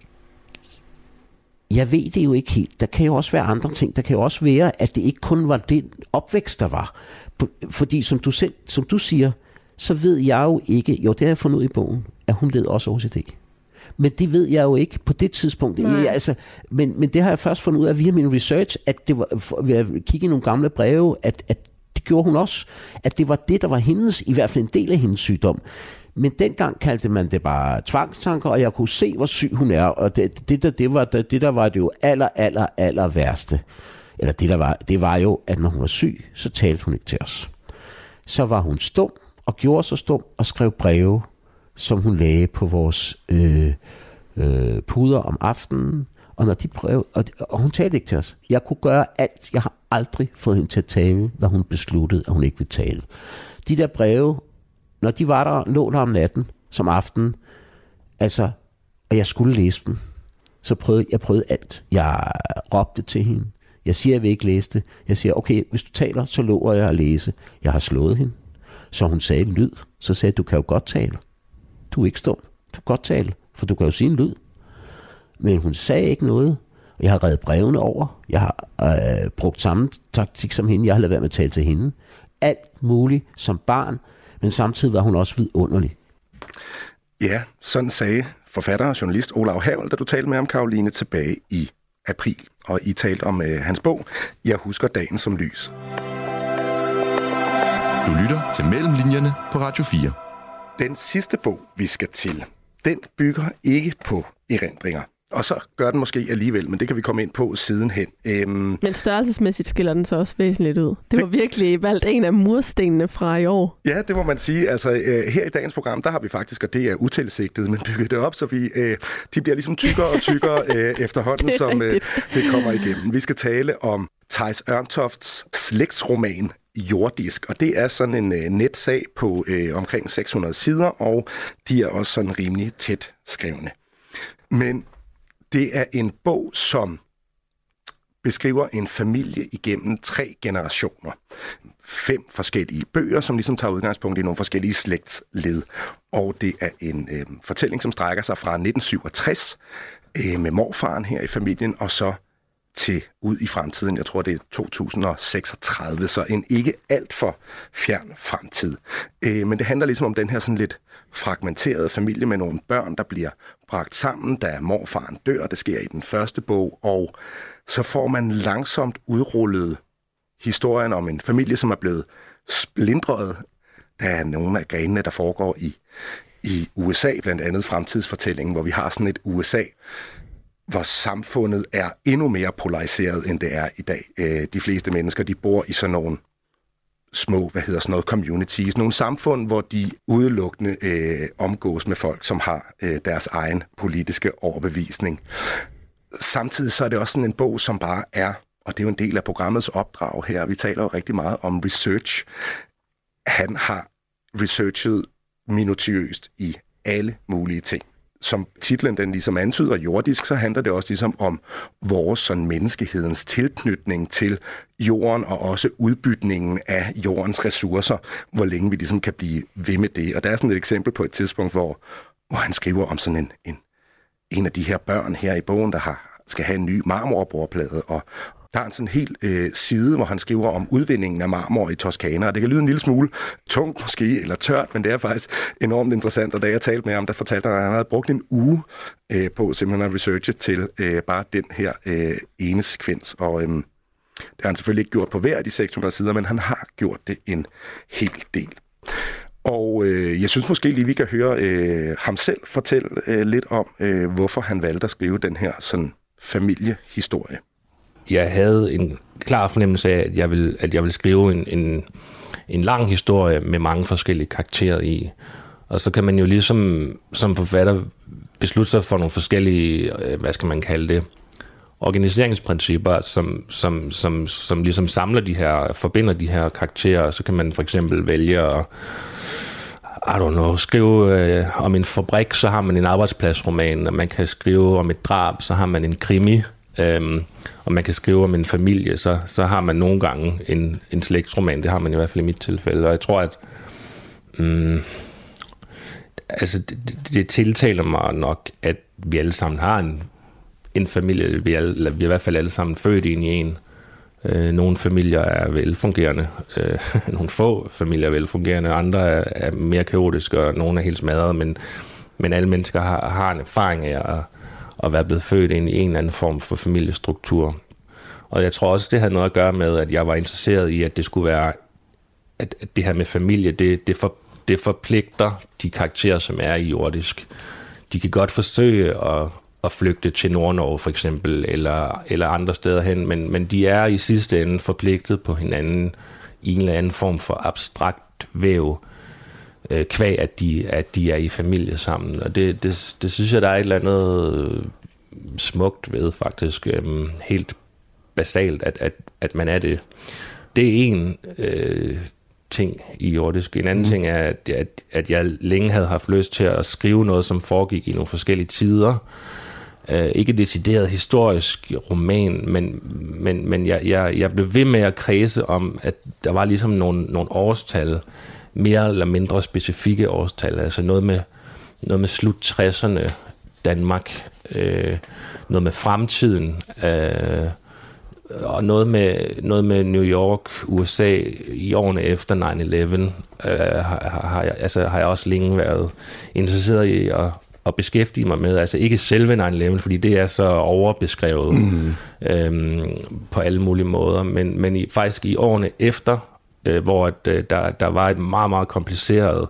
Jeg ved det jo ikke helt. Der kan jo også være andre ting. Der kan jo også være, at det ikke kun var den opvækst, der var. Fordi som du selv, som du siger, så ved jeg jo ikke... Jo, det har jeg fundet ud i bogen, at hun led også O C D. Men det ved jeg jo ikke på det tidspunkt. Jeg, altså, men, men det har jeg først fundet ud af via min research, at det var, ved at kigge i nogle gamle breve, at, at det gjorde hun også. At det var det, der var hendes, i hvert fald en del af hendes sygdom. Men dengang kaldte man det bare tvangstanker, og jeg kunne se, hvor syg hun er. Og det, det, der, det, var, det der var det jo aller, aller, aller værste. Eller det der var, det var jo, at når hun var syg, så talte hun ikke til os. Så var hun stum, og gjorde så stum, og skrev breve, som hun lagde på vores øh, øh, puder om aftenen. Og, når de prøvede, og, og hun talte ikke til os. Jeg kunne gøre alt. Jeg har aldrig fået hende til at tale, når hun besluttede, at hun ikke ville tale. De der breve, når de var der, lå der om natten, som aften, altså, og jeg skulle læse dem, så prøvede jeg prøvede alt. Jeg råbte til hende. Jeg siger, jeg vil ikke læse det. Jeg siger, okay, hvis du taler, så lover jeg at læse. Jeg har slået hende. Så hun sagde en lyd. Så sagde jeg, du kan jo godt tale. Du er ikke stum. Du kan godt tale, for du kan jo sige en lyd. Men hun sagde ikke noget. Jeg har reddet brevene over. Jeg har øh, brugt samme taktik som hende. Jeg har ladet være med at tale til hende. Alt muligt som barn, men samtidig var hun også vidunderlig. Ja, sådan sagde forfatter og journalist Olav Havl, da du talte med ham, Caroline, tilbage i april. Og I talte om øh, hans bog, Jeg husker dagen som lys. Du lytter til Mellemlinjerne på Radio fire. Den sidste bog, vi skal til, den bygger ikke på erindringer. Og så gør den måske alligevel, men det kan vi komme ind på sidenhen. Øhm, men størrelsesmæssigt skiller den så også væsentligt ud. Det, det var virkelig valgt en af murstenene fra i år. Ja, det må man sige. Altså, øh, her i dagens program, der har vi faktisk, og det er utilsigtet, men bygget det op, så vi, øh, de bliver ligesom tykkere og tykkere øh, efterhånden, som øh, det kommer igennem. Vi skal tale om Theis Ørntofts slægtsroman Jordisk, og det er sådan en øh, netsag på øh, omkring seks hundrede sider, og de er også sådan rimelig tæt skrevne. Men det er en bog, som beskriver en familie igennem tre generationer. Fem forskellige bøger, som ligesom tager udgangspunkt i nogle forskellige slægtsled. Og det er en øh, fortælling, som strækker sig fra nitten syvogtres øh, med morfaren her i familien, og så til ud i fremtiden. Jeg tror, det er to tusind seksogtredive, så en ikke alt for fjern fremtid. Øh, men det handler ligesom om den her sådan lidt fragmenterede familie med nogle børn, der bliver bragt sammen, da morfaren dør. Det sker i den første bog, og så får man langsomt udrullet historien om en familie, som er blevet splintret. Der er nogle af grenene, der foregår i, i U S A, blandt andet fremtidsfortællingen, hvor vi har sådan et U S A, hvor samfundet er endnu mere polariseret, end det er i dag. De fleste mennesker, de bor i sådan nogle små, hvad hedder sådan noget, communities, nogle samfund, hvor de udelukkende øh, omgås med folk, som har øh, deres egen politiske overbevisning. Samtidig så er det også sådan en bog, som bare er, og det er jo en del af programmets opdrag her, vi taler jo rigtig meget om research. Han har researchet minutiøst i alle mulige ting. Som titlen den ligesom antyder, jordisk, så handler det også ligesom om vores sådan menneskehedens tilknytning til jorden og også udbytningen af jordens ressourcer, hvor længe vi ligesom kan blive ved med det. Og der er sådan et eksempel på et tidspunkt, hvor, hvor han skriver om sådan en, en, en af de her børn her i bogen, der har, skal have en ny marmorbordplade, og der er en sådan helt øh, side, hvor han skriver om udvindingen af marmor i Toskana, og det kan lyde en lille smule tungt måske, eller tørt, men det er faktisk enormt interessant, og da jeg talte med ham, der fortalte han, at han havde brugt en uge øh, på simpelthen at researche til øh, bare den her øh, ene sekvens, og øh, det har han selvfølgelig ikke gjort på hver af de seks hundrede sider, men han har gjort det en hel del. Og øh, jeg synes måske lige, vi kan høre øh, ham selv fortælle øh, lidt om, øh, hvorfor han valgte at skrive den her sådan familiehistorie. Jeg havde en klar fornemmelse af, at jeg ville, at jeg ville skrive en, en, en lang historie med mange forskellige karakterer i. Og så kan man jo ligesom som forfatter beslutte sig for nogle forskellige, hvad skal man kalde det, organiseringsprincipper, som, som, som, som ligesom samler de her, forbinder de her karakterer. Så kan man for eksempel vælge at I don't know, skrive øh, om en fabrik, så har man en arbejdspladsroman, og man kan skrive om et drab, så har man en krimi. Øhm, og man kan skrive om en familie, så, så har man nogle gange en, en slægtsroman. Det har man i hvert fald i mit tilfælde. Og jeg tror, at mm, altså, det, det tiltaler mig nok, at vi alle sammen har en, en familie. Vi er, vi er i hvert fald alle sammen født ind i en. Øh, nogle familier er velfungerende. Øh, nogle få familier er velfungerende. Andre er, er mere kaotiske, og nogle er helt smadrede. Men, men alle mennesker har, har en erfaring af at at være blevet født ind i en eller anden form for familiestruktur. Og jeg tror også, det havde noget at gøre med, at jeg var interesseret i, at det skulle være, at det her med familie, det, det, for, det forpligter de karakterer, som er i jordisk. De kan godt forsøge at, at flygte til Nordnorge for eksempel, eller, eller andre steder hen, men, men de er i sidste ende forpligtet på hinanden i en eller anden form for abstrakt væv, kvæg, at de, at de er i familie sammen. Og det, det, det synes jeg, der er et eller andet smukt ved, faktisk. Helt basalt, at, at, at man er det. Det er en øh, ting i jordisk. En anden mm. ting er, at, at, at jeg længe havde haft lyst til at skrive noget, som foregik i nogle forskellige tider. Uh, ikke decideret historisk roman, men, men, men jeg, jeg, jeg blev ved med at kredse om, at der var ligesom nogle, nogle årstal, mere eller mindre specifikke årstal, altså noget med, noget med slut tresserne, Danmark, øh, noget med fremtiden, øh, og noget med, noget med New York, U S A i årene efter nine eleven, øh, har, har, jeg, altså, har jeg også længe været interesseret i at, at beskæftige mig med, altså ikke selve nine eleven, fordi det er så overbeskrevet mm. øh, på alle mulige måder, men, men i, faktisk i årene efter, hvor der, der var et meget, meget kompliceret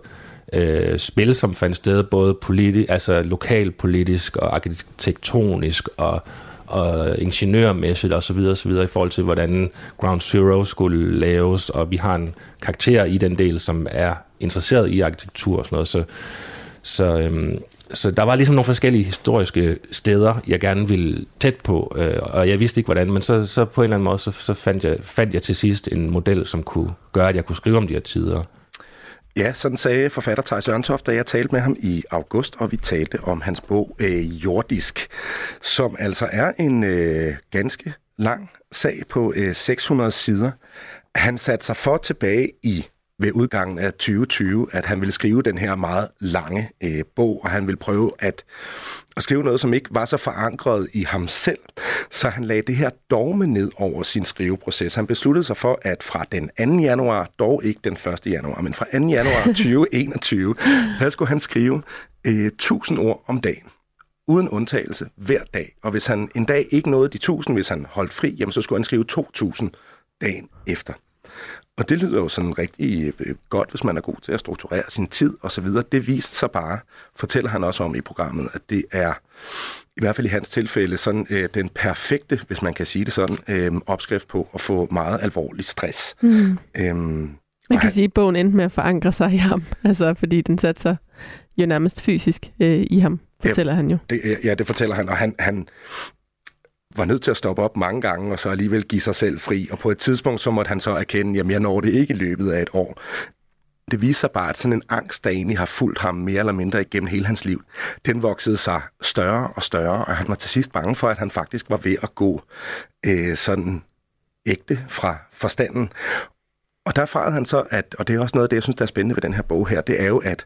øh, spil, som fandt sted både politi- altså lokalpolitisk og arkitektonisk og, og ingeniørmæssigt og så videre, så videre i forhold til, hvordan Ground Zero skulle laves, og vi har en karakter i den del, som er interesseret i arkitektur og sådan noget, så, så, øhm, så der var ligesom nogle forskellige historiske steder, jeg gerne ville tæt på, øh, og jeg vidste ikke hvordan, men så, så på en eller anden måde, så, så fandt, jeg, fandt jeg til sidst en model, som kunne gøre, at jeg kunne skrive om de her tider. Ja, sådan sagde forfatter Theis Ørntoft, da jeg talte med ham i august, og vi talte om hans bog øh, Jordisk, som altså er en øh, ganske lang sag på øh, seks hundrede sider. Han satte sig for tilbage i ved udgangen af tyve tyve, at han ville skrive den her meget lange øh, bog, og han ville prøve at, at skrive noget, som ikke var så forankret i ham selv. Så han lagde det her dogme ned over sin skriveproces. Han besluttede sig for, at fra den anden januar, dog ikke den første januar, men fra anden januar tyve enogtyve, der skulle han skrive øh, tusind ord om dagen. Uden undtagelse hver dag. Og hvis han en dag ikke nåede de tusind, hvis han holdt fri, jamen, så skulle han skrive to tusind dagen efter. Og det lyder jo sådan rigtig godt, hvis man er god til at strukturere sin tid og så videre. Det viste sig bare, fortæller han også om i programmet, at det er, i hvert fald i hans tilfælde, sådan øh, den perfekte, hvis man kan sige det sådan, øh, opskrift på at få meget alvorlig stress. Mm. Øhm, man kan han, sige, at bogen endte med at forankre sig i ham, altså fordi den satte sig jo nærmest fysisk øh, i ham, fortæller ja, han jo. Det, ja, det fortæller han, og han... han var nødt til at stoppe op mange gange, og så alligevel give sig selv fri. Og på et tidspunkt, så måtte han så erkende, jamen jeg når det ikke i løbet af et år. Det viser sig bare, at sådan en angst, der egentlig har fulgt ham mere eller mindre igennem hele hans liv, den voksede sig større og større, og han var til sidst bange for, at han faktisk var ved at gå øh, sådan ægte fra forstanden. Og der erfarede han så, at, og det er også noget af det, jeg synes, der er spændende ved den her bog her, det er jo, at,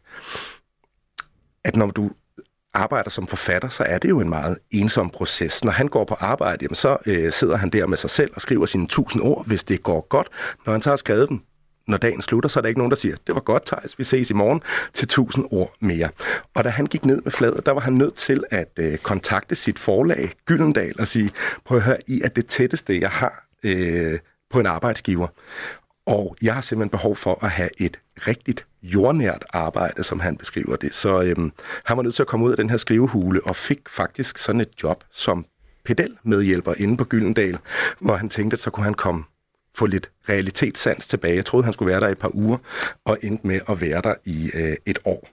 at når du arbejder som forfatter, så er det jo en meget ensom proces. Når han går på arbejde, jamen, så øh, sidder han der med sig selv og skriver sine tusind ord, hvis det går godt. Når han så har skrevet dem, når dagen slutter, så er der ikke nogen, der siger, det var godt, Theis, vi ses i morgen, til tusind ord mere. Og da han gik ned med fladet, der var han nødt til at øh, kontakte sit forlag, Gyldendal, og sige, prøv at høre, I er det tætteste, jeg har øh, på en arbejdsgiver. Og jeg har simpelthen behov for at have et rigtigt jordnært arbejde, som han beskriver det. Så øhm, han var nødt til at komme ud af den her skrivehule og fik faktisk sådan et job som pedelmedhjælper inde på Gyldendal, hvor han tænkte, at så kunne han komme få lidt realitetssans tilbage. Jeg troede, han skulle være der i et par uger, og endte med at være der i øh, et år.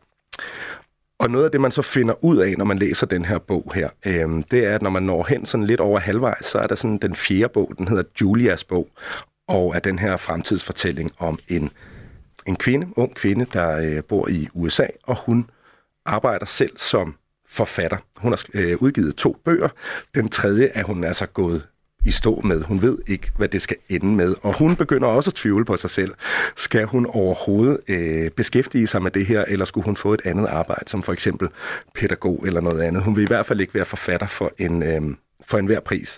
Og noget af det, man så finder ud af, når man læser den her bog her, øh, det er, at når man når hen sådan lidt over halvvejs, så er der sådan den fjerde bog, den hedder Julias bog, og er den her fremtidsfortælling om en, en kvinde, ung kvinde, der øh, bor i U S A, og hun arbejder selv som forfatter. Hun har øh, udgivet to bøger. Den tredje er hun altså gået i stå med. Hun ved ikke, hvad det skal ende med. Og hun begynder også at tvivle på sig selv. Skal hun overhovedet øh, beskæftige sig med det her, eller skulle hun få et andet arbejde, som for eksempel pædagog eller noget andet? Hun vil i hvert fald ikke være forfatter for, en, øh, for enhver pris.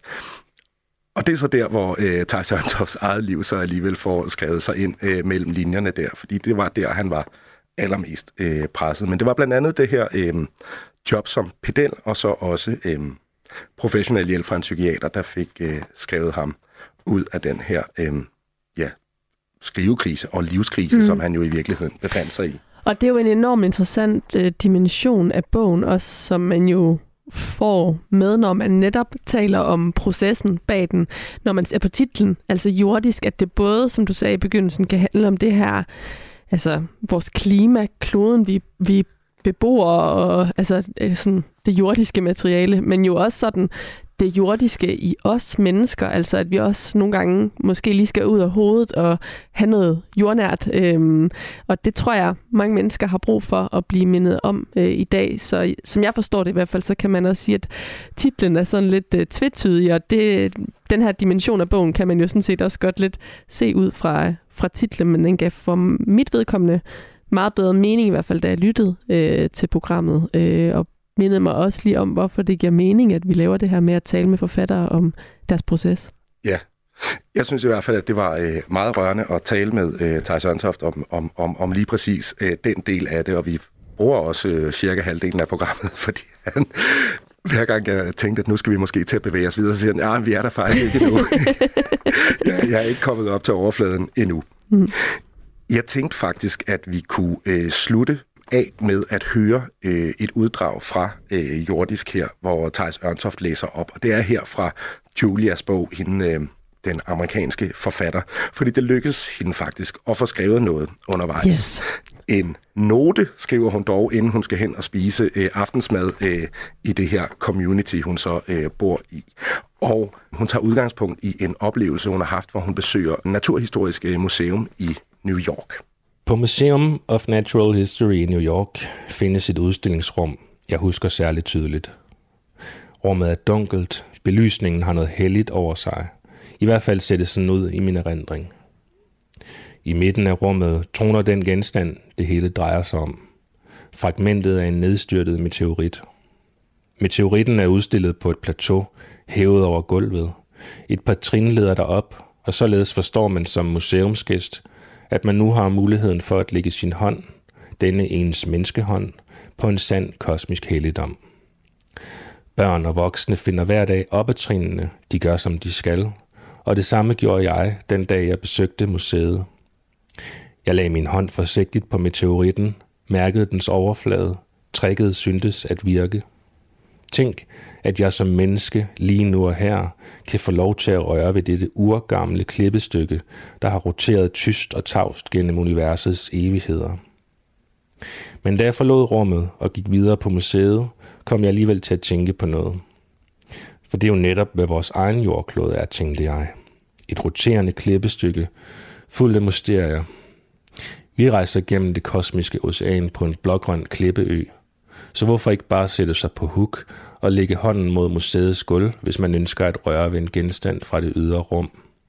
Og det er så der, hvor øh, Theis Ørntofts eget liv så alligevel får skrevet sig ind øh, mellem linjerne der, fordi det var der, han var allermest øh, presset. Men det var blandt andet det her øh, job som pedel, og så også øh, professionel hjælp fra en psykiater, der fik øh, skrevet ham ud af den her øh, ja, skrivekrise og livskrise, mm. som han jo i virkeligheden befandt sig i. Og det er jo en enormt interessant øh, dimension af bogen også, som man jo får med, når man netop taler om processen bag den, når man ser på titlen, altså jordisk, at det både, som du sagde i begyndelsen, kan handle om det her, altså vores klima, kloden, vi, vi beboer, og altså sådan det jordiske materiale, men jo også sådan det jordiske i os mennesker, altså at vi også nogle gange måske lige skal ud af hovedet og have noget jordnært. Øhm, og det tror jeg, mange mennesker har brug for at blive mindet om øh, i dag. Så som jeg forstår det i hvert fald, så kan man også sige, at titlen er sådan lidt øh, tvetydig, og det, den her dimension af bogen kan man jo sådan set også godt lidt se ud fra, fra titlen, men den gav for mit vedkommende meget bedre mening, i hvert fald da jeg lyttede øh, til programmet, øh, og mindede mig også lige om, hvorfor det giver mening, at vi laver det her med at tale med forfattere om deres proces. Ja, jeg synes i hvert fald, at det var øh, meget rørende at tale med øh, Theis Ørntoft om, om, om, om lige præcis øh, den del af det, og vi bruger også øh, cirka halvdelen af programmet, fordi han, hver gang jeg tænkte, at nu skal vi måske til at bevæge os videre, så siger han, ja, vi er der faktisk ikke endnu. jeg, jeg er ikke kommet op til overfladen endnu. Mm. Jeg tænkte faktisk, at vi kunne øh, slutte af med at høre øh, et uddrag fra øh, Jordisk her, hvor Theis Ørntoft læser op. Og det er her fra Julias bog, hende, øh, den amerikanske forfatter. Fordi det lykkedes hende faktisk at få skrevet noget undervejs. Yes. En note skriver hun dog, inden hun skal hen og spise øh, aftensmad øh, i det her community, hun så øh, bor i. Og hun tager udgangspunkt i en oplevelse, hun har haft, hvor hun besøger Naturhistorisk Museum i New York. På Museum of Natural History i New York findes et udstillingsrum, jeg husker særligt tydeligt. Rummet er dunkelt, belysningen har noget helligt over sig. I hvert fald ser det sådan ud i min erindring. I midten af rummet troner den genstand, det hele drejer sig om. Fragmentet af en nedstyrtet meteorit. Meteoritten er udstillet på et plateau, hævet over gulvet. Et par trin leder derop, og således forstår man som museumsgæst, at man nu har muligheden for at lægge sin hånd, denne ens menneskehånd, på en sand kosmisk helligdom. Børn og voksne finder hver dag op ad trinene, de gør som de skal, og det samme gjorde jeg, den dag jeg besøgte museet. Jeg lagde min hånd forsigtigt på meteoritten, mærkede dens overflade, tricket syntes at virke. Tænk, at jeg som menneske lige nu og her kan få lov til at røre ved dette urgamle klippestykke, der har roteret tyst og tavst gennem universets evigheder. Men da jeg forlod rummet og gik videre på museet, kom jeg alligevel til at tænke på noget. For det er jo netop, hvad vores egen jordklode er, tænkte jeg. Et roterende klippestykke, fuldt af mysterier. Vi rejser gennem det kosmiske ocean på en blågrøn klippeø. Så hvorfor ikke bare sætte sig på huk og lægge hånden mod museets gulv, hvis man ønsker at røre ved en genstand fra det ydre rum?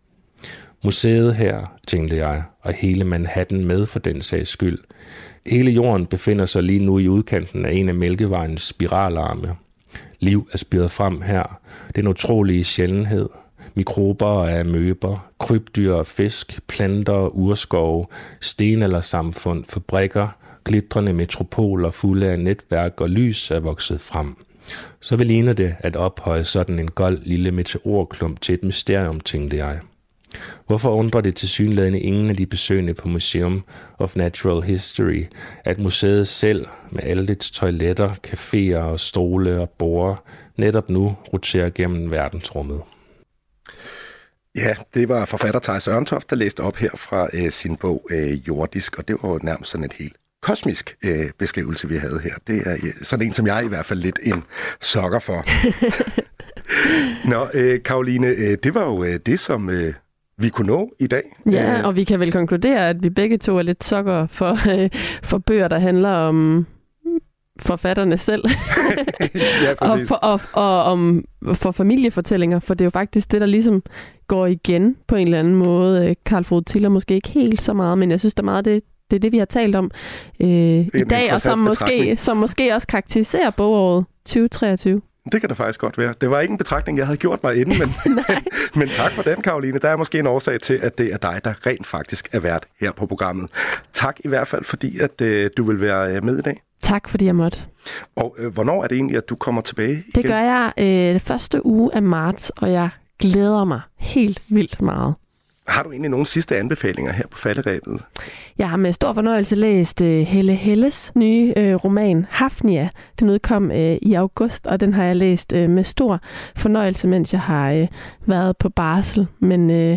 Museet her, tænkte jeg, og hele Manhattan med for den sags skyld. Hele jorden befinder sig lige nu i udkanten af en af Mælkevejens spiralarme. Liv er spiret frem her. Den utrolige sjældenhed. Mikrober og amøber, krybdyr og fisk, planter og urskove, stenaldersamfund, fabrikker, glitrende metropoler fulde af netværk og lys er vokset frem. Så vil ligner det at ophøje sådan en gold lille meteorklump til et mysterium, tænkte jeg. Hvorfor undrer det tilsyneladende ingen af de besøgende på Museum of Natural History, at museet selv med alle dets toiletter, caféer og stole og borde netop nu roterer gennem verdensrummet? Ja, det var forfatter Theis Ørntoft, der læste op her fra øh, sin bog øh, Jordisk, og det var jo nærmest sådan et helt kosmisk øh, beskrivelse, vi havde her. Det er øh, sådan en, som jeg i hvert fald lidt en sokker for. Nå, øh, Karoline, øh, det var jo øh, det, som øh, vi kunne nå i dag. Ja, og vi kan vel konkludere, at vi begge to er lidt sokker for, øh, for bøger, der handler om forfatterne selv. Ja, og, for, og, og om for familiefortællinger, for det er jo faktisk det, der ligesom går igen på en eller anden måde. Karl Frode Tiller måske ikke helt så meget, men jeg synes, der er meget det, det er det, vi har talt om øh, i dag, og som måske, som måske også karakteriserer bogeåret tyve treogtyve. Det kan det faktisk godt være. Det var ikke en betragtning, jeg havde gjort mig inden, men, men tak for den, Karoline. Der er måske en årsag til, at det er dig, der rent faktisk er vært her på programmet. Tak i hvert fald, fordi at, øh, du vil være med i dag. Tak, fordi jeg måtte. Og øh, hvornår er det egentlig, at du kommer tilbage igen? Det gør jeg øh, første uge af marts, og jeg glæder mig helt vildt meget. Har du egentlig nogle sidste anbefalinger her på falderebet? Jeg har med stor fornøjelse læst uh, Helle Helles nye uh, roman Hafnia. Den udkom uh, i august, og den har jeg læst uh, med stor fornøjelse, mens jeg har uh, været på barsel. Men uh,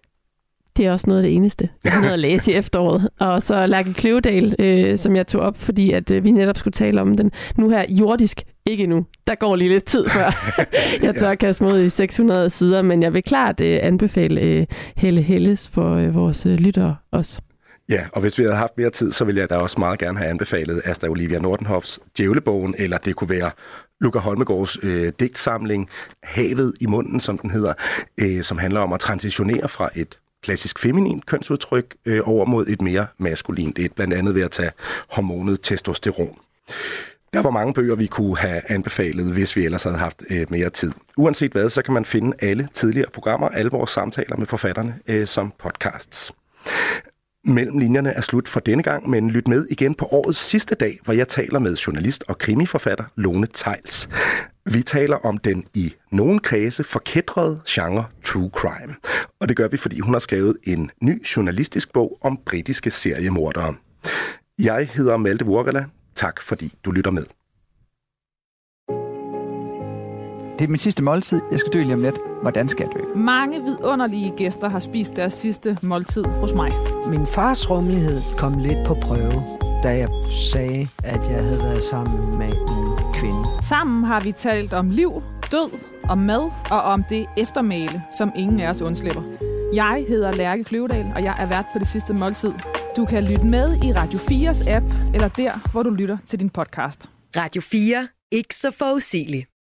det er også noget af det eneste, jeg har noget at læse i efteråret. Og så Lærke Kløvedal, uh, som jeg tog op, fordi at uh, vi netop skulle tale om den. Nu her Jordisk. Ikke nu. Der går lige lidt tid før. Jeg tør kaste mod i seks hundrede sider, men jeg vil klart uh, anbefale uh, Helle Helles for uh, vores uh, lyttere også. Ja, og hvis vi havde haft mere tid, så ville jeg da også meget gerne have anbefalet Asta Olivia Nordenhofs Djævlebogen, eller det kunne være Luca Holmegårds øh, digtsamling Havet i munden, som den hedder, øh, som handler om at transitionere fra et klassisk feminint kønsudtryk øh, over mod et mere maskulint. Det er blandt andet ved at tage hormonet testosteron. Der var mange bøger, vi kunne have anbefalet, hvis vi ellers havde haft øh, mere tid. Uanset hvad, så kan man finde alle tidligere programmer, alle vores samtaler med forfatterne øh, som podcasts. Mellem linjerne er slut for denne gang, men lyt med igen på årets sidste dag, hvor jeg taler med journalist og krimiforfatter Lone Theils. Vi taler om den i nogen kredse forkætrede genre true crime. Og det gør vi, fordi hun har skrevet en ny journalistisk bog om britiske seriemordere. Jeg hedder Malte Vorela. Tak fordi du lytter med. Det er min sidste måltid. Jeg skal dø lige om lidt. Hvordan skal jeg dø? Mange vidunderlige gæster har spist deres sidste måltid hos mig. Min fars rummelighed kom lidt på prøve, da jeg sagde, at jeg havde været sammen med en kvinde. Sammen har vi talt om liv, død, om mad og om det eftermæle, som ingen af os undslipper. Jeg hedder Lærke Kløvedal, og jeg er vært på Det Sidste Måltid. Du kan lytte med i Radio fires app, eller der, hvor du lytter til din podcast. Radio fire. Ikke så forudsigeligt.